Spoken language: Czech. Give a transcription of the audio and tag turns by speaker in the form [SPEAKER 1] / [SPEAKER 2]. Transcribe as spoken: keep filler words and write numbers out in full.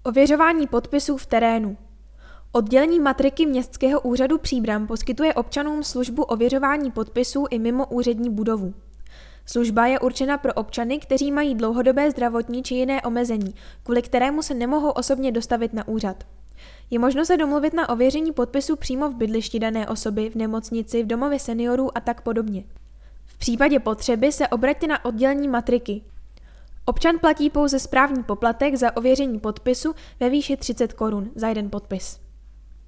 [SPEAKER 1] Ověřování podpisů v terénu. Oddělení matriky Městského úřadu Příbram poskytuje občanům službu ověřování podpisů i mimo úřední budovu. Služba je určena pro občany, kteří mají dlouhodobé zdravotní či jiné omezení, kvůli kterému se nemohou osobně dostavit na úřad. Je možno se domluvit na ověření podpisu přímo v bydlišti dané osoby, v nemocnici, v domově seniorů a tak podobně. V případě potřeby se obraťte na oddělení matriky. Občan platí pouze správní poplatek za ověření podpisu ve výši třicet korun za jeden podpis.